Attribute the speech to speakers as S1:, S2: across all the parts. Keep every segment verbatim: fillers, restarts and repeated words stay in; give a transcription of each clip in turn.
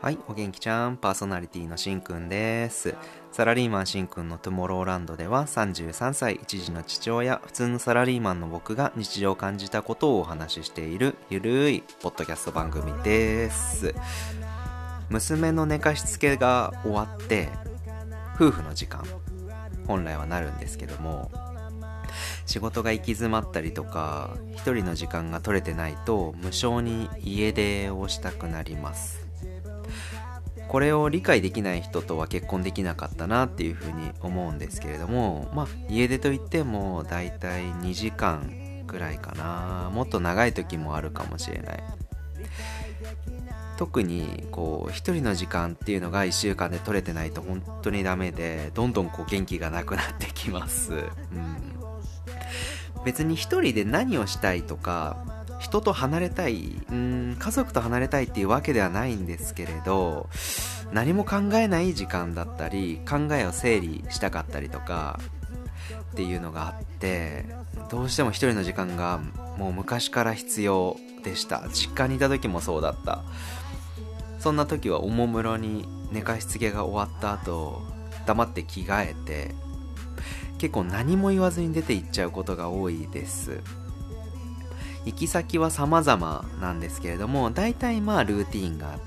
S1: はい、お元気ちゃん、パーソナリティのしんくんです。サラリーマンしんくんのトゥモローランドではさんじゅうさんさい、一児の父親、普通のサラリーマンの僕が日常を感じたことをお話ししているゆるいポッドキャスト番組です。娘の寝かしつけが終わって夫婦の時間本来はなるんですけども、仕事が行き詰まったりとか一人の時間が取れてないと無性に家出をしたくなります。これを理解できない人とは結婚できなかったなっていうふうに思うんですけれども、まあ家出といってもだいたいにじかんくらいかな。もっと長い時もあるかもしれない。特にこう一人の時間っていうのがいっしゅうかんで取れてないと本当にダメで、どんどんこう元気がなくなってきます。うん、別に一人で何をしたいとか人と離れたい、うーん家族と離れたいっていうわけではないんですけれど、何も考えない時間だったり考えを整理したかったりとかっていうのがあって、どうしても一人の時間がもう昔から必要でした。実家にいた時もそうだった。そんな時はおもむろに寝かしつけが終わった後黙って着替えて、結構何も言わずに出て行っちゃうことが多いです。行き先は様々なんですけれども、大体まあルーティーンがあって、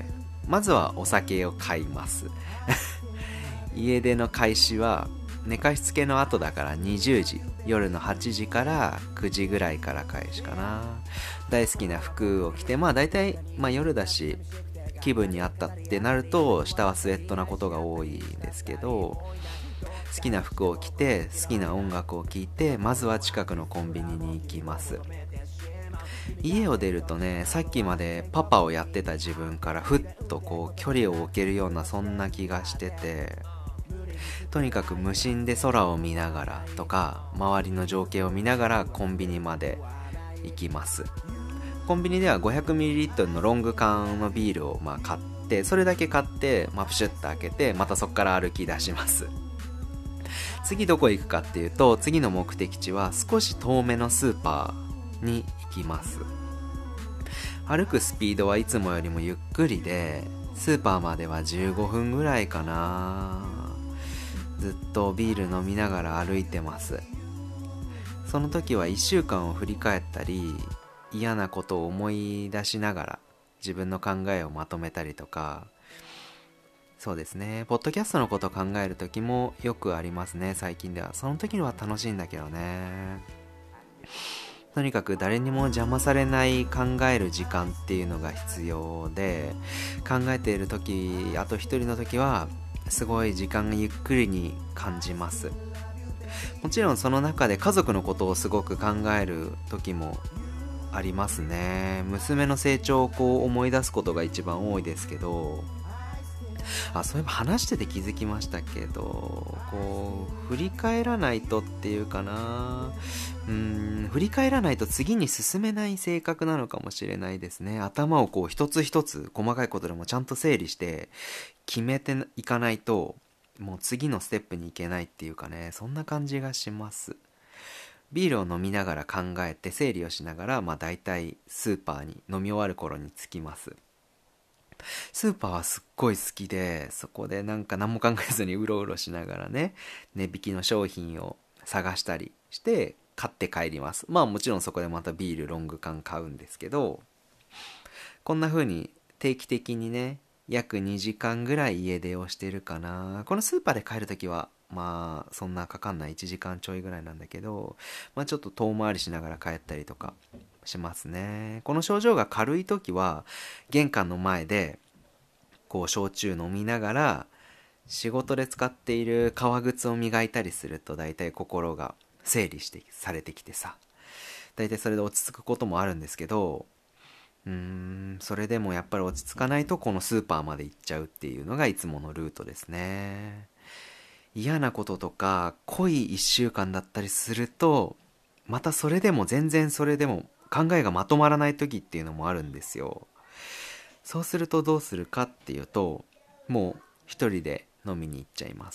S1: まずはお酒を買います家出の開始は寝かしつけの後だからにじゅうじ、夜のはちじからくじぐらいから開始かな。大好きな服を着て、まあ大体まあ夜だし気分に合ったってなると下はスウェットなことが多いんですけど、好きな服を着て好きな音楽を聴いて、まずは近くのコンビニに行きます。家を出るとね、さっきまでパパをやってた自分からふっとこう距離を置けるような、そんな気がしてて、とにかく無心で空を見ながらとか周りの情景を見ながらコンビニまで行きます。コンビニでは ごひゃくミリリットル のロング缶のビールをまあ買って、それだけ買って、まあ、プシュッと開けてまたそこから歩き出します。次どこ行くかっていうと、次の目的地は少し遠めのスーパーに行きます。歩くスピードはいつもよりもゆっくりで、スーパーまではじゅうごふんぐらいかな。ずっとビール飲みながら歩いてます。その時はいっしゅうかんを振り返ったり、嫌なことを思い出しながら自分の考えをまとめたりとか、そうですね、ポッドキャストのことを考える時もよくありますね、最近では。その時には楽しいんだけどね。とにかく誰にも邪魔されない考える時間っていうのが必要で、考えている時、あと一人の時はすごい時間がゆっくりに感じます。もちろんその中で家族のことをすごく考える時もありますね。娘の成長をこう思い出すことが一番多いですけど、あ、そういえば話してて気づきましたけど、こう振り返らないとっていうかな、うーん振り返らないと次に進めない性格なのかもしれないですね。頭をこう一つ一つ細かいことでもちゃんと整理して決めていかないと、もう次のステップに行けないっていうかね、そんな感じがします。ビールを飲みながら考えて整理をしながら、まあ大体スーパーに飲み終わる頃に着きます。スーパーはすっごい好きで、そこでなんか何も考えずにうろうろしながらね、値引きの商品を探したりして買って帰ります。まあもちろんそこでまたビールロング缶買うんですけど、こんな風に定期的にね、約にじかんぐらい家出をしてるかな。このスーパーで帰るときはまあそんなかかんないいちじかんちょいぐらいなんだけど、まあちょっと遠回りしながら帰ったりとかしますね。この症状が軽い時は玄関の前でこう焼酎飲みながら仕事で使っている革靴を磨いたりすると、だいたい心が整理してされてきてさ、だいたいそれで落ち着くこともあるんですけど、うーんそれでもやっぱり落ち着かないとこのスーパーまで行っちゃうっていうのがいつものルートですね。嫌なこととか濃いいっしゅうかんだったりすると、またそれでも全然それでも考えがまとまらない時っていうのもあるんですよ。そうするとどうするかっていうと、もう一人で飲みに行っちゃいます。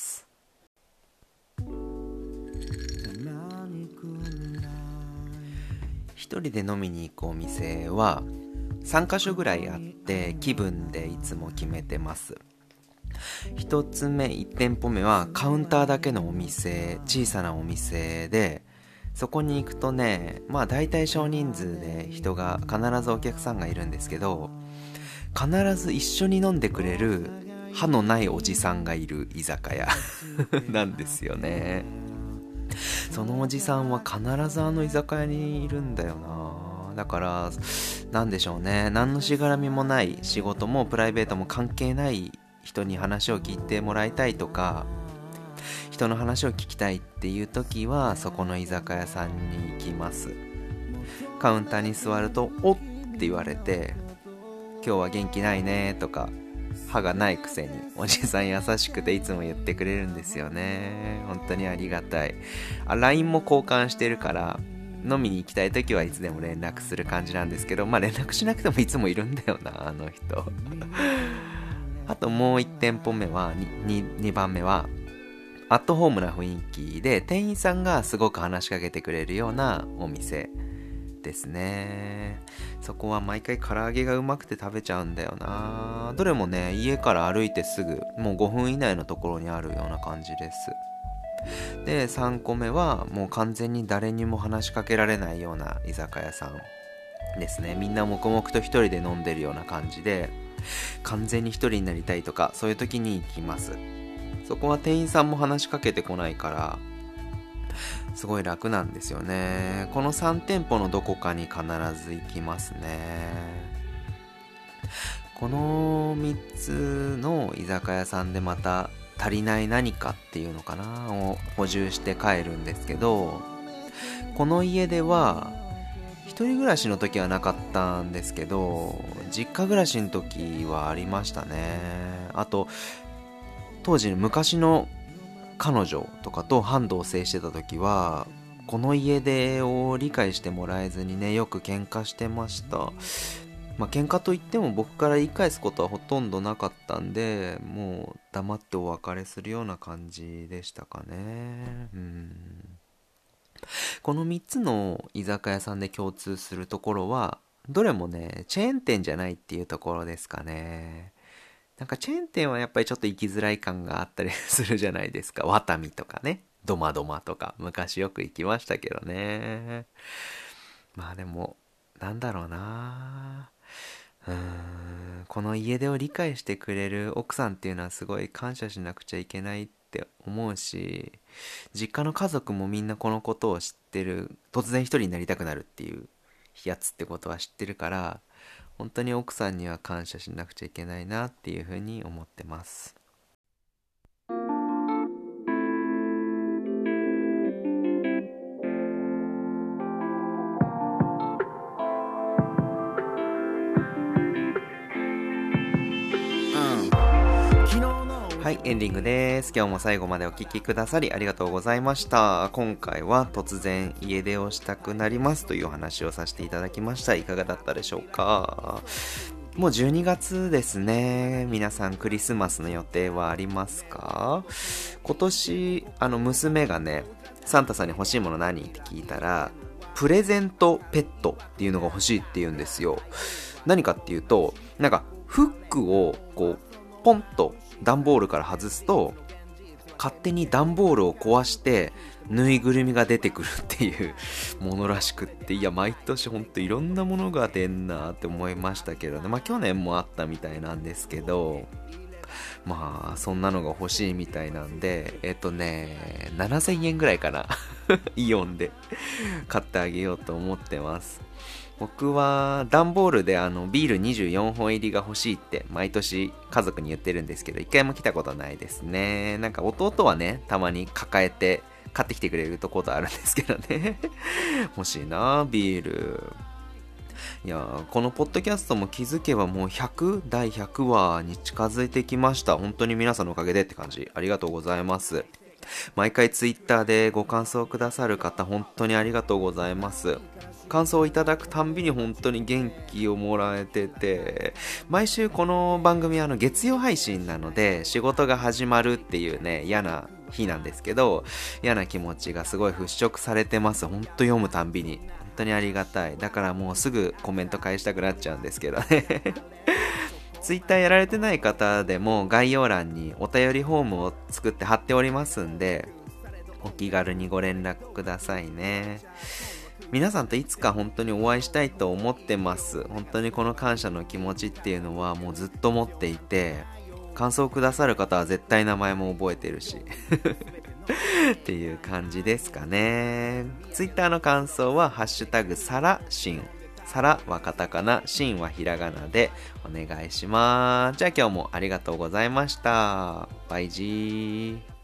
S1: 一人で飲みに行くお店はさんかしょぐらいあって気分でいつも決めてます。ひとつめいち店舗目はカウンターだけのお店、小さなお店で、そこに行くとね、まあ大体少人数で人が必ずお客さんがいるんですけど、必ず一緒に飲んでくれる歯のないおじさんがいる居酒屋なんですよね。そのおじさんは必ずあの居酒屋にいるんだよな。だからなんでしょうね、何のしがらみもない、仕事もプライベートも関係ない人に話を聞いてもらいたいとか、人の話を聞きたいっていう時はそこの居酒屋さんに行きます。カウンターに座るとおって言われて、今日は元気ないねとか、歯がないくせにおじさん優しくていつも言ってくれるんですよね。本当にありがたい。あ、 ライン も交換してるから飲みに行きたい時はいつでも連絡する感じなんですけど、まあ連絡しなくてもいつもいるんだよな、あの人あともういち店舗目は 2, 2番目はアットホームな雰囲気で、店員さんがすごく話しかけてくれるようなお店ですね。そこは毎回唐揚げがうまくて食べちゃうんだよな。どれもね、家から歩いてすぐ、もうごふん以内のところにあるような感じです。で、さんこめはもう完全に誰にも話しかけられないような居酒屋さんですね。みんな黙々と一人で飲んでるような感じで、完全に一人になりたいとかそういう時に行きます。そこは店員さんも話しかけてこないからすごい楽なんですよね。このさん店舗のどこかに必ず行きますね。このみっつの居酒屋さんでまた足りない何かっていうのかなを補充して帰るんですけど、この家では一人暮らしの時はなかったんですけど、実家暮らしの時はありましたね。あと当時昔の彼女とかと半同棲してた時はこの家出を理解してもらえずにね、よく喧嘩してました。まあ喧嘩といっても僕から言い返すことはほとんどなかったんで、もう黙ってお別れするような感じでしたかね。うん、このみっつの居酒屋さんで共通するところはどれもね、チェーン店じゃないっていうところですかね。なんかチェーン店はやっぱりちょっと行きづらい感があったりするじゃないですか。ワタミとかね、ドマドマとか昔よく行きましたけどね。まあでもなんだろうな、うーん、この家出を理解してくれる奥さんっていうのはすごい感謝しなくちゃいけないって思うし、実家の家族もみんなこのことを知ってる、突然一人になりたくなるっていうやつってことは知ってるから、本当に奥さんには感謝しなくちゃいけないなっていうふうに思ってます。はい、エンディングです。今日も最後までお聞きくださりありがとうございました。今回は突然家出をしたくなりますという話をさせていただきました。いかがだったでしょうか。もうじゅうにがつですね。皆さんクリスマスの予定はありますか？今年あの娘がね、サンタさんに欲しいもの何って聞いたら、プレゼントペットっていうのが欲しいって言うんですよ。何かっていうと、なんかフックをこうポンと段ボールから外すと勝手に段ボールを壊してぬいぐるみが出てくるっていうものらしくって、いや毎年ほんといろんなものが出んなって思いましたけどね。まあ去年もあったみたいなんですけど、まあそんなのが欲しいみたいなんで、えっとねななせんえんぐらいかなイオンで買ってあげようと思ってます。僕は段ボールであのビールにじゅうよんほん入りが欲しいって毎年家族に言ってるんですけど、一回も来たことないですね。なんか弟はね、たまに抱えて買ってきてくれるとことあるんですけどね欲しいなビール。いやー、このポッドキャストも気づけばもうひゃくだいひゃくわに近づいてきました。本当に皆さんのおかげでって感じ。ありがとうございます。毎回ツイッターでご感想くださる方本当にありがとうございます。感想をいただくたんびに本当に元気をもらえてて、毎週この番組はあの月曜配信なので仕事が始まるっていうね、嫌な日なんですけど、嫌な気持ちがすごい払拭されてます。本当読むたんびに本当にありがたい。だからもうすぐコメント返したくなっちゃうんですけどねツイッターやられてない方でも概要欄にお便りフォームを作って貼っておりますんで、お気軽にご連絡くださいね。皆さんといつか本当にお会いしたいと思ってます。本当にこの感謝の気持ちっていうのはもうずっと持っていて、感想くださる方は絶対名前も覚えてるしっていう感じですかね。ツイッターの感想はハッシュタグサラシン、サラはカタカナ、シンはひらがなでお願いします。じゃあ今日もありがとうございました。バイジー。